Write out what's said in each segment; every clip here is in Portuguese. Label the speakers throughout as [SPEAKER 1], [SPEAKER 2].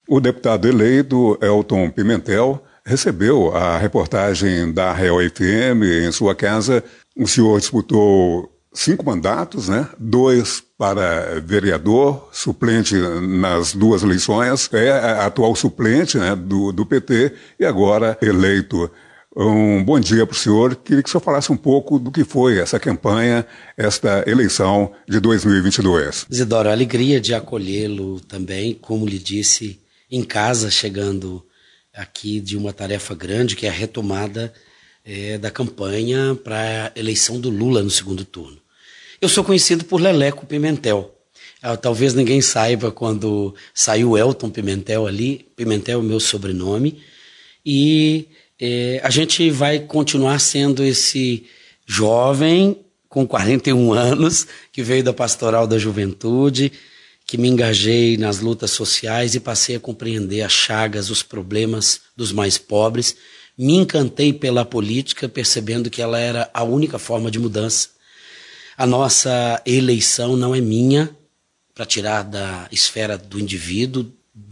[SPEAKER 1] O deputado eleito, Elton Pimentel, recebeu a reportagem da Real FM em sua casa. O senhor disputou 5 mandatos, né? 2 para vereador, suplente nas 2 eleições, é atual suplente, né, do PT e agora eleito. Um bom dia para o senhor. Queria que o senhor falasse um pouco do que foi essa campanha, esta eleição de 2022.
[SPEAKER 2] Isidoro, a alegria de acolhê-lo também, como lhe disse, em casa, chegando aqui de uma tarefa grande, que é a retomada da campanha para a eleição do Lula no segundo turno. Eu sou conhecido por Leleco Pimentel. Talvez ninguém saiba quando saiu Elton Pimentel ali. Pimentel é o meu sobrenome. E a gente vai continuar sendo esse jovem com 41 anos, que veio da Pastoral da Juventude, que me engajei nas lutas sociais e passei a compreender as chagas, os problemas dos mais pobres. Me encantei pela política, percebendo que ela era a única forma de mudança. A nossa eleição não é minha, para tirar da esfera do indivíduo,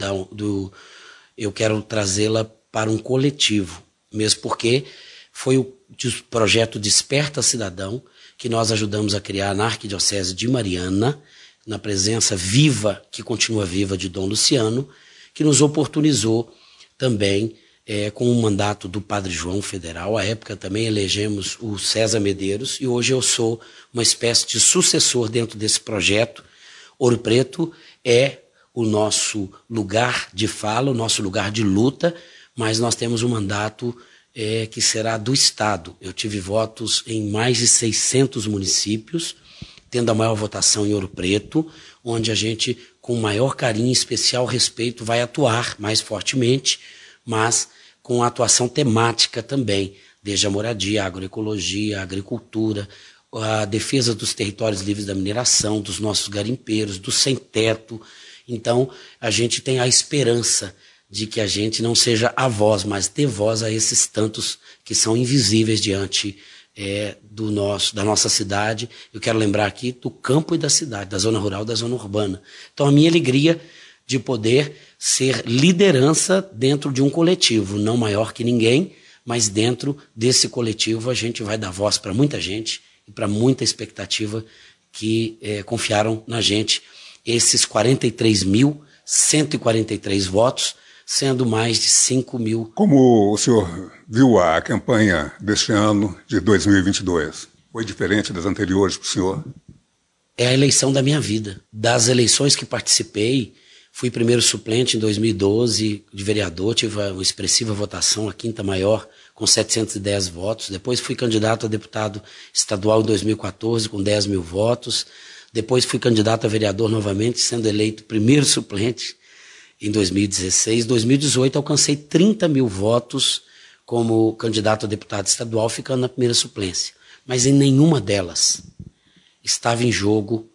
[SPEAKER 2] eu quero trazê-la para um coletivo, mesmo porque foi o projeto Desperta Cidadão, que nós ajudamos a criar na Arquidiocese de Mariana, na presença viva, que continua viva, de Dom Luciano, que nos oportunizou também com o mandato do Padre João Federal. À época também elegemos o César Medeiros e hoje eu sou uma espécie de sucessor dentro desse projeto. Ouro Preto é o nosso lugar de fala, o nosso lugar de luta, mas nós temos um mandato que será do Estado. Eu tive votos em mais de 600 municípios, tendo a maior votação em Ouro Preto, onde a gente, com maior carinho, especial respeito, vai atuar mais fortemente, mas com atuação temática também, desde a moradia, a agroecologia, a agricultura, a defesa dos territórios livres da mineração, dos nossos garimpeiros, do sem-teto. Então, a gente tem a esperança de que a gente não seja a voz, mas dê voz a esses tantos que são invisíveis diante da nossa cidade. Eu quero lembrar aqui do campo e da cidade, da zona rural e da zona urbana. Então, a minha alegria de poder ser liderança dentro de um coletivo, não maior que ninguém, mas dentro desse coletivo a gente vai dar voz para muita gente e para muita expectativa que confiaram na gente. Esses 43.143 votos, sendo mais de 5 mil.
[SPEAKER 1] Como o senhor viu a campanha deste ano de 2022? Foi diferente das anteriores para o senhor?
[SPEAKER 2] É a eleição da minha vida. Das eleições que participei, fui primeiro suplente em 2012 de vereador, tive uma expressiva votação, a quinta maior, com 710 votos. Depois fui candidato a deputado estadual em 2014, com 10 mil votos. Depois fui candidato a vereador novamente, sendo eleito primeiro suplente em 2016. Em 2018 alcancei 30 mil votos como candidato a deputado estadual, ficando na primeira suplência. Mas em nenhuma delas estava em jogo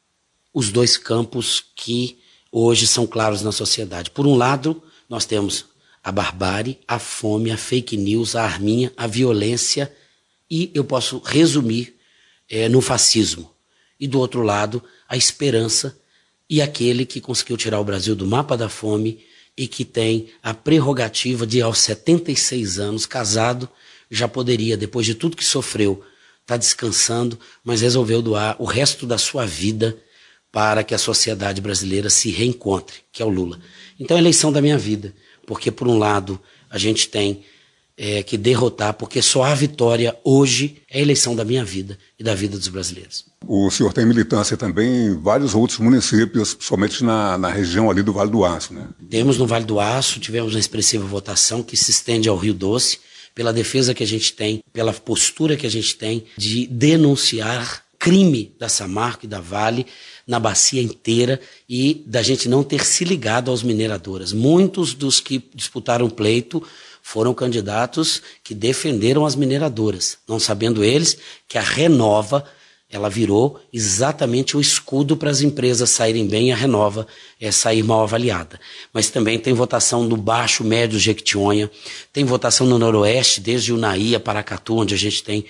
[SPEAKER 2] os 2 campos que hoje são claros na sociedade. Por um lado, nós temos a barbárie, a fome, a fake news, a arminha, a violência e, eu posso resumir, no fascismo. E do outro lado, a esperança e aquele que conseguiu tirar o Brasil do mapa da fome e que tem a prerrogativa de, aos 76 anos, casado, já poderia, depois de tudo que sofreu, estar descansando, mas resolveu doar o resto da sua vida para que a sociedade brasileira se reencontre, que é o Lula. Então é a eleição da minha vida, porque por um lado a gente tem que derrotar, porque só a vitória hoje é a eleição da minha vida e da vida dos brasileiros.
[SPEAKER 1] O senhor tem militância também em vários outros municípios, somente na região ali do Vale do Aço, né?
[SPEAKER 2] Temos no Vale do Aço, tivemos uma expressiva votação que se estende ao Rio Doce, pela defesa que a gente tem, pela postura que a gente tem de denunciar crime da Samarco e da Vale na bacia inteira e da gente não ter se ligado aos mineradoras. Muitos dos que disputaram o pleito foram candidatos que defenderam as mineradoras, não sabendo eles que a Renova, ela virou exatamente o escudo para as empresas saírem bem e a Renova sair mal avaliada. Mas também tem votação no Baixo Médio Jequitinhonha, tem votação no Noroeste, desde Unaí a Paracatu, onde a gente tem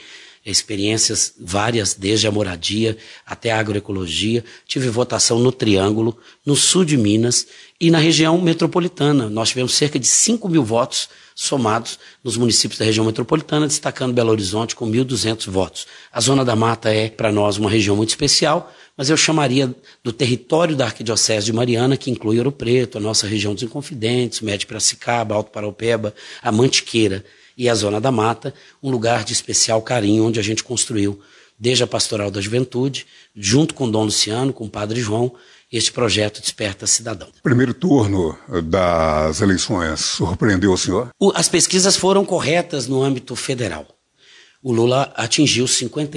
[SPEAKER 2] experiências várias, desde a moradia até a agroecologia. Tive votação no Triângulo, no sul de Minas e na região metropolitana. Nós tivemos cerca de 5 mil votos somados nos municípios da região metropolitana, destacando Belo Horizonte com 1.200 votos. A Zona da Mata é, para nós, uma região muito especial, mas eu chamaria do território da Arquidiocese de Mariana, que inclui Ouro Preto, a nossa região dos Inconfidentes, Médio Piracicaba, Alto Paraupeba, a Mantiqueira e a Zona da Mata, um lugar de especial carinho, onde a gente construiu, desde a Pastoral da Juventude, junto com Dom Luciano, com o Padre João, este projeto Desperta Cidadão.
[SPEAKER 1] Primeiro turno das eleições surpreendeu o senhor?
[SPEAKER 2] As pesquisas foram corretas no âmbito federal. O Lula atingiu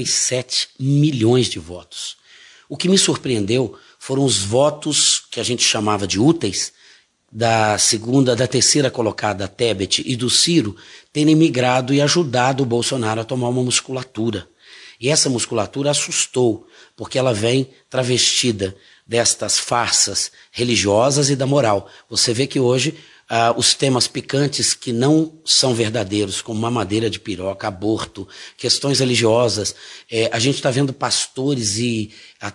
[SPEAKER 2] 57 milhões de votos. O que me surpreendeu foram os votos que a gente chamava de úteis, da terceira colocada, a Tebet, e do Ciro, terem migrado e ajudado o Bolsonaro a tomar uma musculatura. E essa musculatura assustou, porque ela vem travestida destas farsas religiosas e da moral. Você vê que hoje os temas picantes que não são verdadeiros, como mamadeira de piroca, aborto, questões religiosas, a gente está vendo pastores e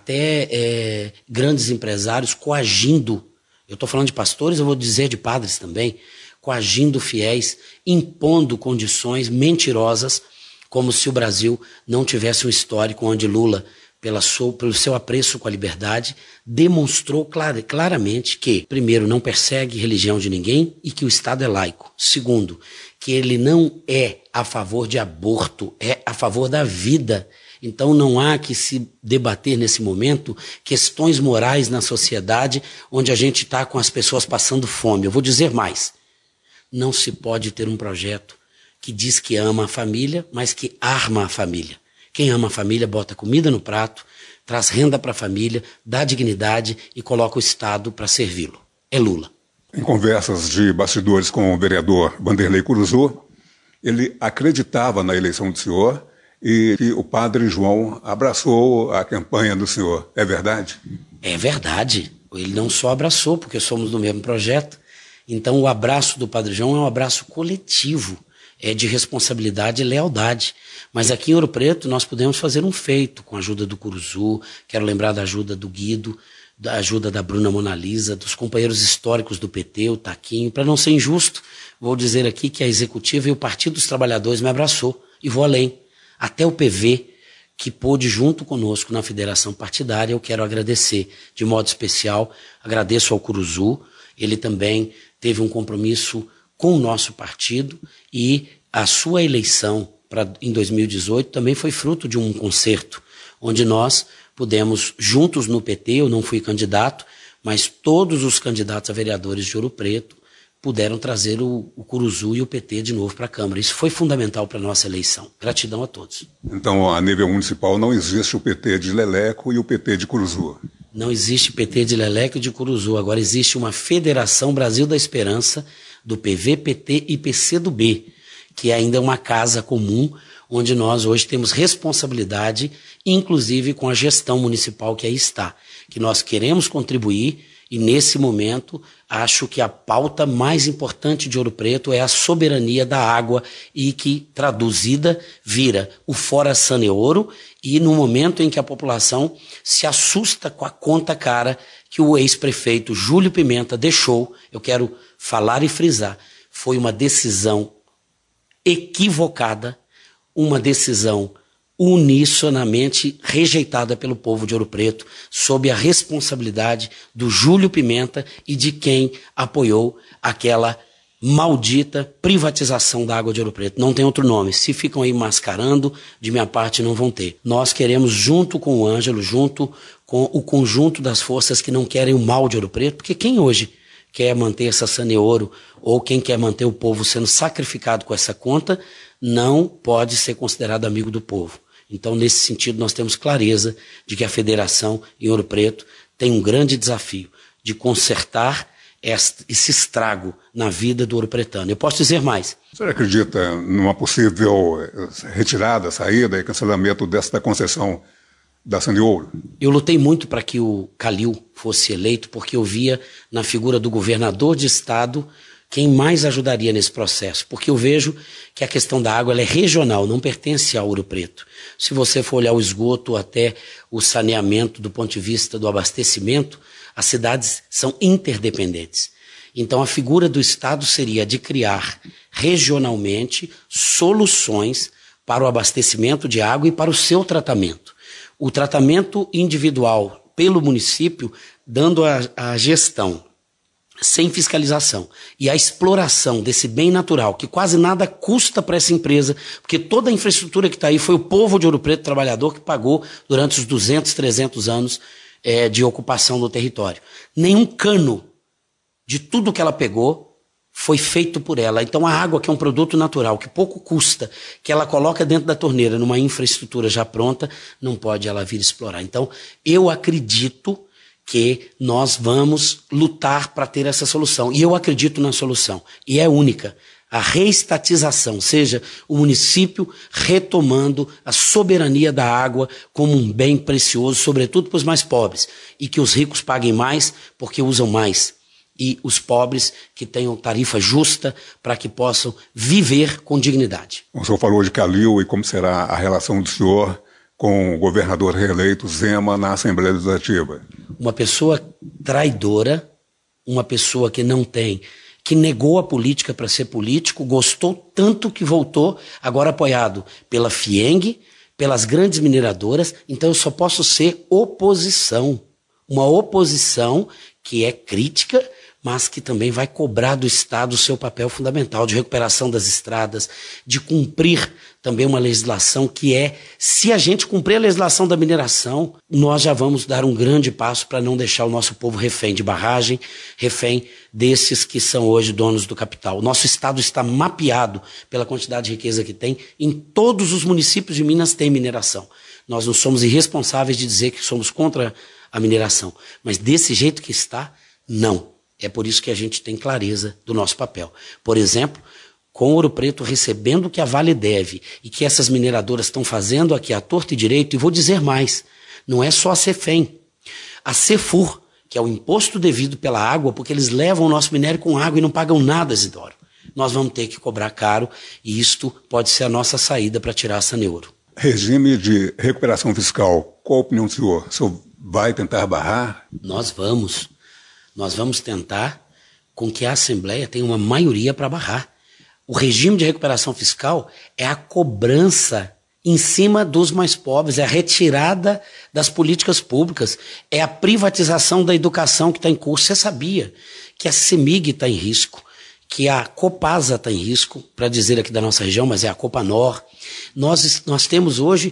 [SPEAKER 2] até grandes empresários coagindo, eu estou falando de pastores, eu vou dizer de padres também, coagindo fiéis, impondo condições mentirosas, como se o Brasil não tivesse um histórico onde Lula, pelo seu apreço com a liberdade, demonstrou claramente que, primeiro, não persegue religião de ninguém e que o Estado é laico. Segundo, que ele não é a favor de aborto, é a favor da vida. Então não há que se debater nesse momento questões morais na sociedade onde a gente está com as pessoas passando fome. Eu vou dizer mais, não se pode ter um projeto que diz que ama a família, mas que arma a família. Quem ama a família bota comida no prato, traz renda para a família, dá dignidade e coloca o Estado para servi-lo. É Lula.
[SPEAKER 1] Em conversas de bastidores com o vereador Vanderlei Curuzu, ele acreditava na eleição do senhor e que o Padre João abraçou a campanha do senhor. É verdade?
[SPEAKER 2] É verdade. Ele não só abraçou, porque somos do mesmo projeto. Então o abraço do Padre João é um abraço coletivo. É de responsabilidade e lealdade. Mas aqui em Ouro Preto nós podemos fazer um feito com a ajuda do Curuzu, quero lembrar da ajuda do Guido, da ajuda da Bruna Monalisa, dos companheiros históricos do PT, o Taquinho. Para não ser injusto, vou dizer aqui que a Executiva e o Partido dos Trabalhadores me abraçou. E vou além. Até o PV, que pôde junto conosco na federação partidária, eu quero agradecer de modo especial. Agradeço ao Curuzu, ele também teve um compromisso com o nosso partido e a sua eleição em 2018 também foi fruto de um concerto, onde nós pudemos, juntos no PT, eu não fui candidato, mas todos os candidatos a vereadores de Ouro Preto puderam trazer o Curuzu e o PT de novo para a Câmara. Isso foi fundamental para a nossa eleição. Gratidão a todos.
[SPEAKER 1] Então, a nível municipal, não existe o PT de Leleco e o PT de Curuzu?
[SPEAKER 2] Não existe PT de Leleco e de Curuzu. Agora existe uma Federação Brasil da Esperança, do PV, PT e PCdoB, que é ainda uma casa comum, onde nós hoje temos responsabilidade, inclusive com a gestão municipal que aí está, que nós queremos contribuir e nesse momento acho que a pauta mais importante de Ouro Preto é a soberania da água e que, traduzida, vira o Fora Saneouro e no momento em que a população se assusta com a conta cara que o ex-prefeito Júlio Pimenta deixou, eu quero falar e frisar, foi uma decisão equivocada, uma decisão unissonamente rejeitada pelo povo de Ouro Preto, sob a responsabilidade do Júlio Pimenta e de quem apoiou aquela maldita privatização da água de Ouro Preto. Não tem outro nome. Se ficam aí mascarando, de minha parte não vão ter. Nós queremos, junto com o Ângelo, junto com o conjunto das forças que não querem o mal de Ouro Preto, porque quem hoje quer manter essa Saneouro ou quem quer manter o povo sendo sacrificado com essa conta, não pode ser considerado amigo do povo. Então, nesse sentido, nós temos clareza de que a federação em Ouro Preto tem um grande desafio de consertar esse estrago na vida do ouro-pretano. Eu posso dizer mais.
[SPEAKER 1] O senhor acredita numa possível retirada, saída e cancelamento desta concessão da Saneouro?
[SPEAKER 2] Eu lutei muito para que o Calil fosse eleito, porque eu via na figura do governador de estado quem mais ajudaria nesse processo, porque eu vejo que a questão da água ela é regional, não pertence a Ouro Preto. Se você for olhar o esgoto até o saneamento do ponto de vista do abastecimento, as cidades são interdependentes. Então a figura do Estado seria de criar regionalmente soluções para o abastecimento de água e para o seu tratamento. O tratamento individual pelo município, dando a gestão sem fiscalização e a exploração desse bem natural, que quase nada custa para essa empresa, porque toda a infraestrutura que está aí foi o povo de Ouro Preto, trabalhador, que pagou durante os 200, 300 anos de ocupação do território. Nenhum cano de tudo que ela pegou foi feito por ela. Então a água, que é um produto natural, que pouco custa, que ela coloca dentro da torneira numa infraestrutura já pronta, não pode ela vir explorar. Então eu acredito que nós vamos lutar para ter essa solução. E eu acredito na solução. E é única. A reestatização, seja o município retomando a soberania da água como um bem precioso, sobretudo para os mais pobres. E que os ricos paguem mais porque usam mais. E os pobres que tenham tarifa justa para que possam viver com dignidade.
[SPEAKER 1] O senhor falou de Calil e como será a relação do senhor com o governador reeleito Zema na Assembleia Legislativa.
[SPEAKER 2] Uma pessoa traidora, uma pessoa que não tem, que negou a política para ser político, gostou tanto que voltou, agora apoiado pela FIENG, pelas grandes mineradoras, então eu só posso ser oposição. Uma oposição que é crítica, mas que também vai cobrar do Estado o seu papel fundamental de recuperação das estradas, de cumprir também uma legislação que se a gente cumprir a legislação da mineração, nós já vamos dar um grande passo para não deixar o nosso povo refém de barragem, refém desses que são hoje donos do capital. O nosso Estado está mapeado pela quantidade de riqueza que tem, em todos os municípios de Minas tem mineração. Nós não somos irresponsáveis de dizer que somos contra a mineração, mas desse jeito que está, não. É por isso que a gente tem clareza do nosso papel. Por exemplo, com Ouro Preto recebendo o que a Vale deve e que essas mineradoras estão fazendo aqui à torta e direito, e vou dizer mais, não é só a Cefem, a Cefur, que é o imposto devido pela água, porque eles levam o nosso minério com água e não pagam nada, Isidoro. Nós vamos ter que cobrar caro e isto pode ser a nossa saída para tirar essa neuro.
[SPEAKER 1] Regime de recuperação fiscal, qual a opinião do senhor? O senhor vai tentar barrar?
[SPEAKER 2] Nós vamos tentar com que a Assembleia tenha uma maioria para barrar. O regime de recuperação fiscal é a cobrança em cima dos mais pobres, é a retirada das políticas públicas, é a privatização da educação que está em curso. Você sabia que a CEMIG está em risco, que a Copasa está em risco, para dizer aqui da nossa região, mas é a Copanor. Nós temos hoje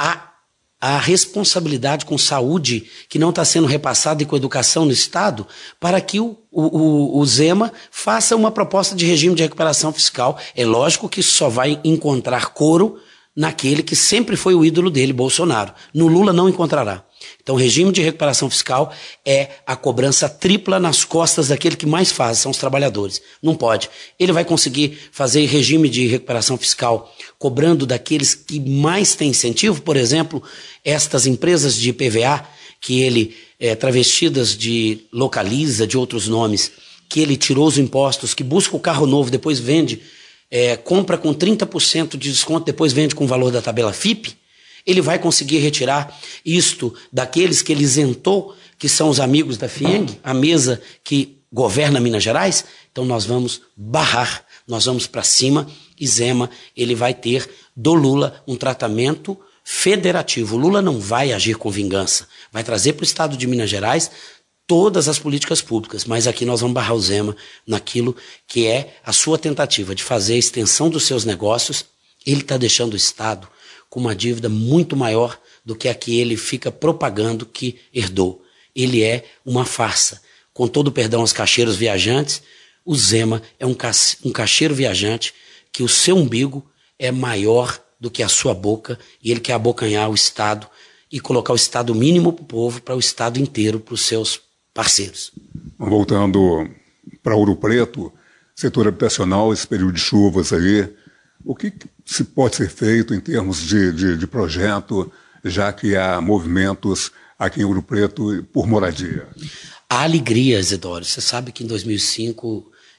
[SPEAKER 2] a responsabilidade com saúde que não está sendo repassada e com educação no Estado para que o Zema faça uma proposta de regime de recuperação fiscal. É lógico que isso só vai encontrar coro naquele que sempre foi o ídolo dele, Bolsonaro. No Lula não encontrará. Então o regime de recuperação fiscal é a cobrança tripla nas costas daquele que mais faz, são os trabalhadores. Não pode. Ele vai conseguir fazer regime de recuperação fiscal cobrando daqueles que mais têm incentivo, por exemplo, estas empresas de IPVA, que ele, travestidas de Localiza, de outros nomes, que ele tirou os impostos, que busca o carro novo, depois vende, compra com 30% de desconto, depois vende com o valor da tabela FIPE. Ele vai conseguir retirar isto daqueles que ele isentou, que são os amigos da FIENG, a mesa que governa Minas Gerais. Então nós vamos barrar, nós vamos para cima, e Zema ele vai ter do Lula um tratamento federativo. O Lula não vai agir com vingança, vai trazer para o Estado de Minas Gerais todas as políticas públicas, mas aqui nós vamos barrar o Zema naquilo que é a sua tentativa de fazer a extensão dos seus negócios. Ele está deixando o Estado com uma dívida muito maior do que a que ele fica propagando que herdou. Ele é uma farsa. Com todo o perdão aos caixeiros viajantes, o Zema é um caixeiro viajante que o seu umbigo é maior do que a sua boca e ele quer abocanhar o Estado e colocar o Estado mínimo para o povo, para o Estado inteiro, para os seus parceiros.
[SPEAKER 1] Voltando para Ouro Preto, setor habitacional, esse período de chuvas aí, o que se pode ser feito em termos de projeto, já que há movimentos aqui em Ouro Preto por moradia?
[SPEAKER 2] A alegria, Isidoro. Você sabe que em 2005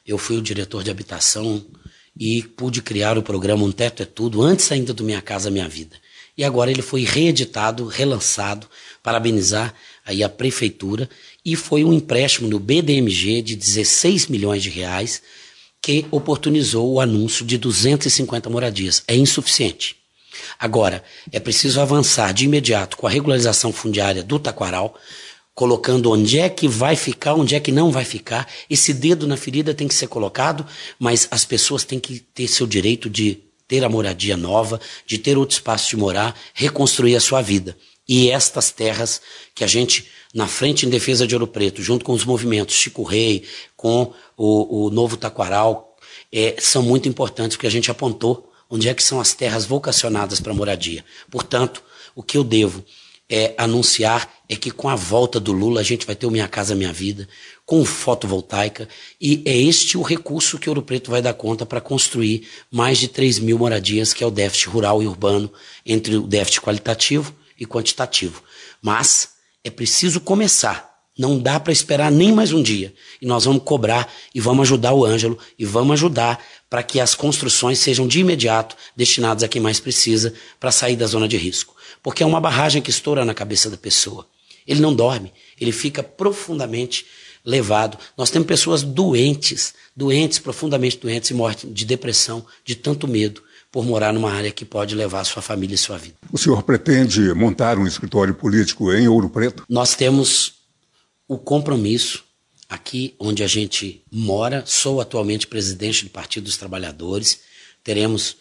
[SPEAKER 2] eu fui o diretor de habitação e pude criar o programa Um Teto é Tudo, antes ainda do Minha Casa Minha Vida. E agora ele foi reeditado, relançado, parabenizar aí a prefeitura, e foi um empréstimo no BDMG de 16 milhões de reais, que oportunizou o anúncio de 250 moradias. É insuficiente. Agora, é preciso avançar de imediato com a regularização fundiária do Taquaral, colocando onde é que vai ficar, onde é que não vai ficar. Esse dedo na ferida tem que ser colocado, mas as pessoas têm que ter seu direito de ter a moradia nova, de ter outro espaço de morar, reconstruir a sua vida. E estas terras que a gente, na Frente em Defesa de Ouro Preto, junto com os movimentos Chico Rei, com o Novo Taquaral, são muito importantes, porque a gente apontou onde é que são as terras vocacionadas para moradia. Portanto, o que eu devo anunciar é que com a volta do Lula a gente vai ter o Minha Casa Minha Vida, com fotovoltaica, e é este o recurso que Ouro Preto vai dar conta para construir mais de 3 mil moradias, que é o déficit rural e urbano, entre o déficit qualitativo e quantitativo. Mas é preciso começar. Não dá para esperar nem mais um dia. E nós vamos cobrar e vamos ajudar o Ângelo e vamos ajudar para que as construções sejam de imediato destinadas a quem mais precisa para sair da zona de risco. Porque é uma barragem que estoura na cabeça da pessoa. Ele não dorme, ele fica profundamente levado. Nós temos pessoas doentes, profundamente doentes, e morrem de depressão, de tanto medo, por morar numa área que pode levar a sua família e sua vida.
[SPEAKER 1] O senhor pretende montar um escritório político em Ouro Preto?
[SPEAKER 2] Nós temos o compromisso, aqui onde a gente mora. Sou atualmente presidente do Partido dos Trabalhadores. Teremos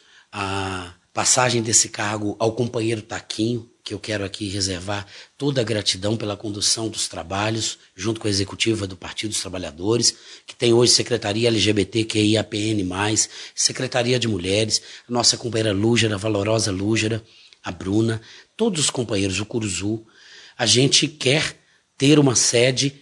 [SPEAKER 2] a passagem desse cargo ao companheiro Taquinho, que eu quero aqui reservar toda a gratidão pela condução dos trabalhos, junto com a executiva do Partido dos Trabalhadores, que tem hoje Secretaria LGBTQIAPN+, Secretaria de Mulheres, a nossa companheira Lúgera, a valorosa Lúgera, a Bruna, todos os companheiros, o Curuzu. A gente quer ter uma sede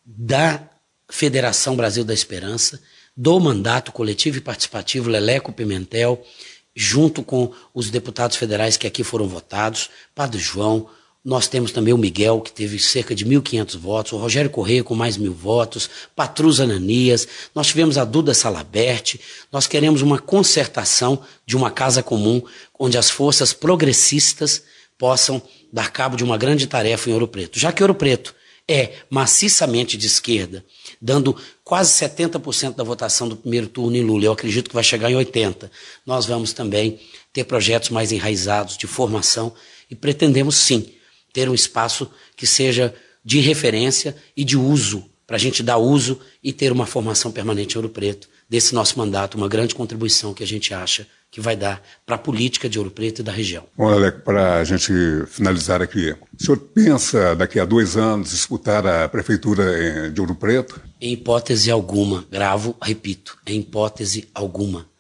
[SPEAKER 2] da Federação Brasil da Esperança, do mandato coletivo e participativo Leleco Pimentel, junto com os deputados federais que aqui foram votados, Padre João. Nós temos também o Miguel, que teve cerca de 1.500 votos, o Rogério Correia com mais 1.000 votos, Patrus Ananias, nós tivemos a Duda Salabert. Nós queremos uma concertação de uma casa comum, onde as forças progressistas possam dar cabo de uma grande tarefa em Ouro Preto. Já que Ouro Preto é maciçamente de esquerda, dando quase 70% da votação do primeiro turno em Lula, eu acredito que vai chegar em 80%. Nós vamos também ter projetos mais enraizados de formação e pretendemos sim ter um espaço que seja de referência e de uso, para a gente dar uso e ter uma formação permanente em Ouro Preto, desse nosso mandato, uma grande contribuição que a gente acha que vai dar para a política de Ouro Preto e da região.
[SPEAKER 1] Bom, Leleco, para a gente finalizar aqui, o senhor pensa daqui a 2 anos disputar a prefeitura de Ouro Preto?
[SPEAKER 2] Em hipótese alguma, gravo, repito, em hipótese alguma.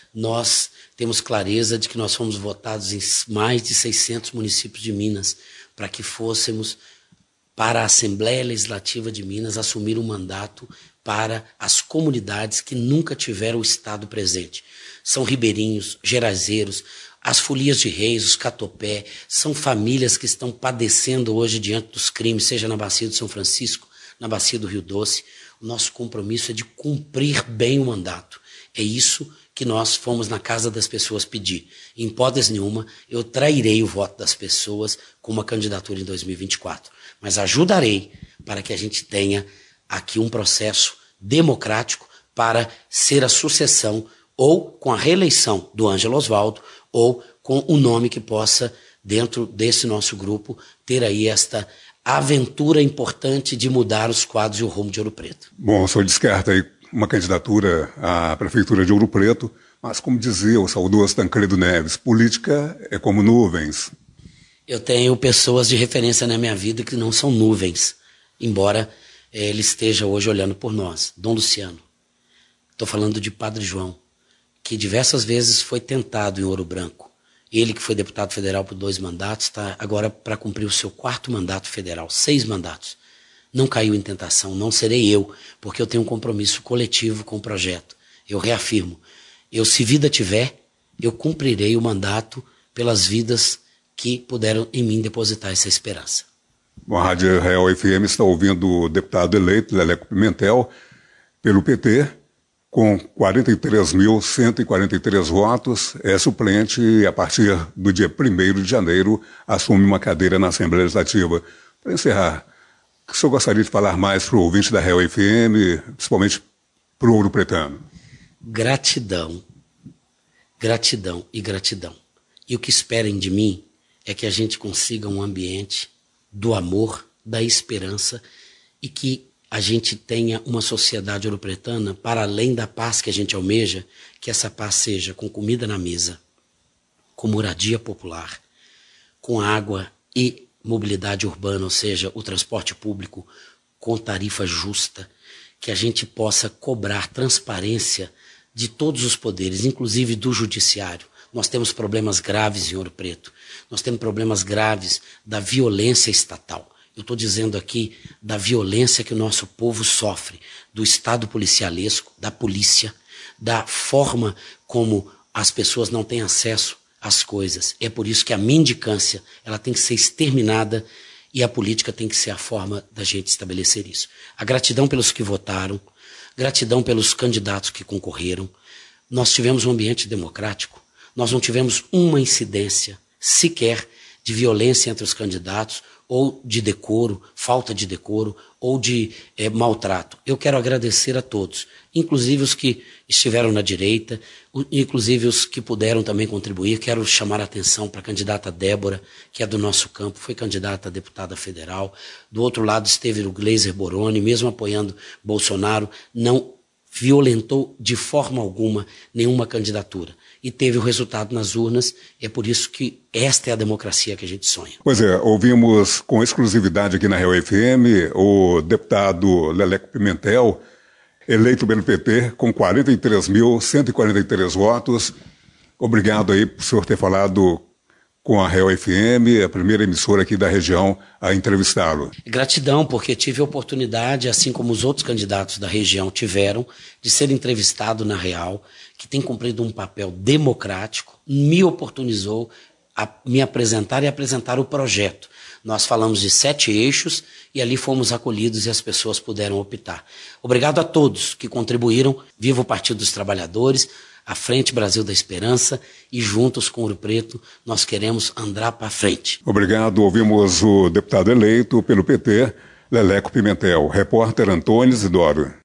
[SPEAKER 2] Nós temos clareza de que nós fomos votados em mais de 600 municípios de Minas, para que fôssemos para a Assembleia Legislativa de Minas assumir um mandato para as comunidades que nunca tiveram o Estado presente. São ribeirinhos, gerazeiros, as folias de reis, os catopé, são famílias que estão padecendo hoje diante dos crimes, seja na Bacia do São Francisco, na Bacia do Rio Doce. O nosso compromisso é de cumprir bem o mandato. É isso que nós fomos na casa das pessoas pedir. Em hipótese nenhuma, eu trairei o voto das pessoas com uma candidatura em 2024. Mas ajudarei para que a gente tenha aqui um processo democrático para ser a sucessão ou com a reeleição do Ângelo Osvaldo ou com o nome que possa, dentro desse nosso grupo, ter aí esta aventura importante de mudar os quadros e o rumo de Ouro Preto.
[SPEAKER 1] Bom, o senhor descarta aí uma candidatura à Prefeitura de Ouro Preto, mas como dizia o saudoso Tancredo Neves, política é como nuvens.
[SPEAKER 2] Eu tenho pessoas de referência na minha vida que não são nuvens, embora ele esteja hoje olhando por nós. Dom Luciano. Estou falando de Padre João, que diversas vezes foi tentado em Ouro Branco. Ele, que foi deputado federal por 2 mandatos, está agora para cumprir o seu 4º mandato federal, 6 mandatos. Não caiu em tentação, não serei eu, porque eu tenho um compromisso coletivo com o projeto. Eu reafirmo, se vida tiver, eu cumprirei o mandato pelas vidas que puderam em mim depositar essa esperança.
[SPEAKER 1] Bom, a Rádio Real FM está ouvindo o deputado eleito Leleco Pimentel, pelo PT, com 43.143 votos, é suplente e, a partir do dia 1º de janeiro, assume uma cadeira na Assembleia Legislativa. Para encerrar, o que o senhor gostaria de falar mais para o ouvinte da Real FM, principalmente para o Ouro Pretano?
[SPEAKER 2] Gratidão, gratidão e gratidão. E o que esperem de mim é que a gente consiga um ambiente do amor, da esperança e que a gente tenha uma sociedade ouropretana, para além da paz que a gente almeja, que essa paz seja com comida na mesa, com moradia popular, com água e mobilidade urbana, ou seja, o transporte público com tarifa justa, que a gente possa cobrar transparência de todos os poderes, inclusive do judiciário. Nós temos problemas graves em Ouro Preto, nós temos problemas graves da violência estatal. Eu estou dizendo aqui da violência que o nosso povo sofre, do Estado policialesco, da polícia, da forma como as pessoas não têm acesso às coisas. É por isso que a mendicância ela tem que ser exterminada e a política tem que ser a forma da gente estabelecer isso. A gratidão pelos que votaram, gratidão pelos candidatos que concorreram. Nós tivemos um ambiente democrático, nós não tivemos uma incidência sequer de violência entre os candidatos, ou de decoro, falta de decoro, ou de maltrato. Eu quero agradecer a todos, inclusive os que estiveram na direita, inclusive os que puderam também contribuir. Quero chamar a atenção para a candidata Débora, que é do nosso campo, foi candidata a deputada federal. Do outro lado esteve o Gleiser Boroni, mesmo apoiando Bolsonaro, não violentou de forma alguma nenhuma candidatura. E teve o resultado nas urnas, é por isso que esta é a democracia que a gente sonha.
[SPEAKER 1] Pois é, ouvimos com exclusividade aqui na Real FM o deputado Leleco Pimentel, eleito pelo PT com 43.143 votos. Obrigado aí por o senhor ter falado com a Real FM, a primeira emissora aqui da região a entrevistá-lo.
[SPEAKER 2] Gratidão, porque tive a oportunidade, assim como os outros candidatos da região tiveram, de ser entrevistado na Real, que tem cumprido um papel democrático, me oportunizou a me apresentar e apresentar o projeto. Nós falamos de 7 eixos e ali fomos acolhidos e as pessoas puderam optar. Obrigado a todos que contribuíram. Viva o Partido dos Trabalhadores, a Frente Brasil da Esperança, e juntos com Ouro Preto nós queremos andar para frente.
[SPEAKER 1] Obrigado. Ouvimos o deputado eleito pelo PT, Leleco Pimentel. Repórter Antônio Isidoro.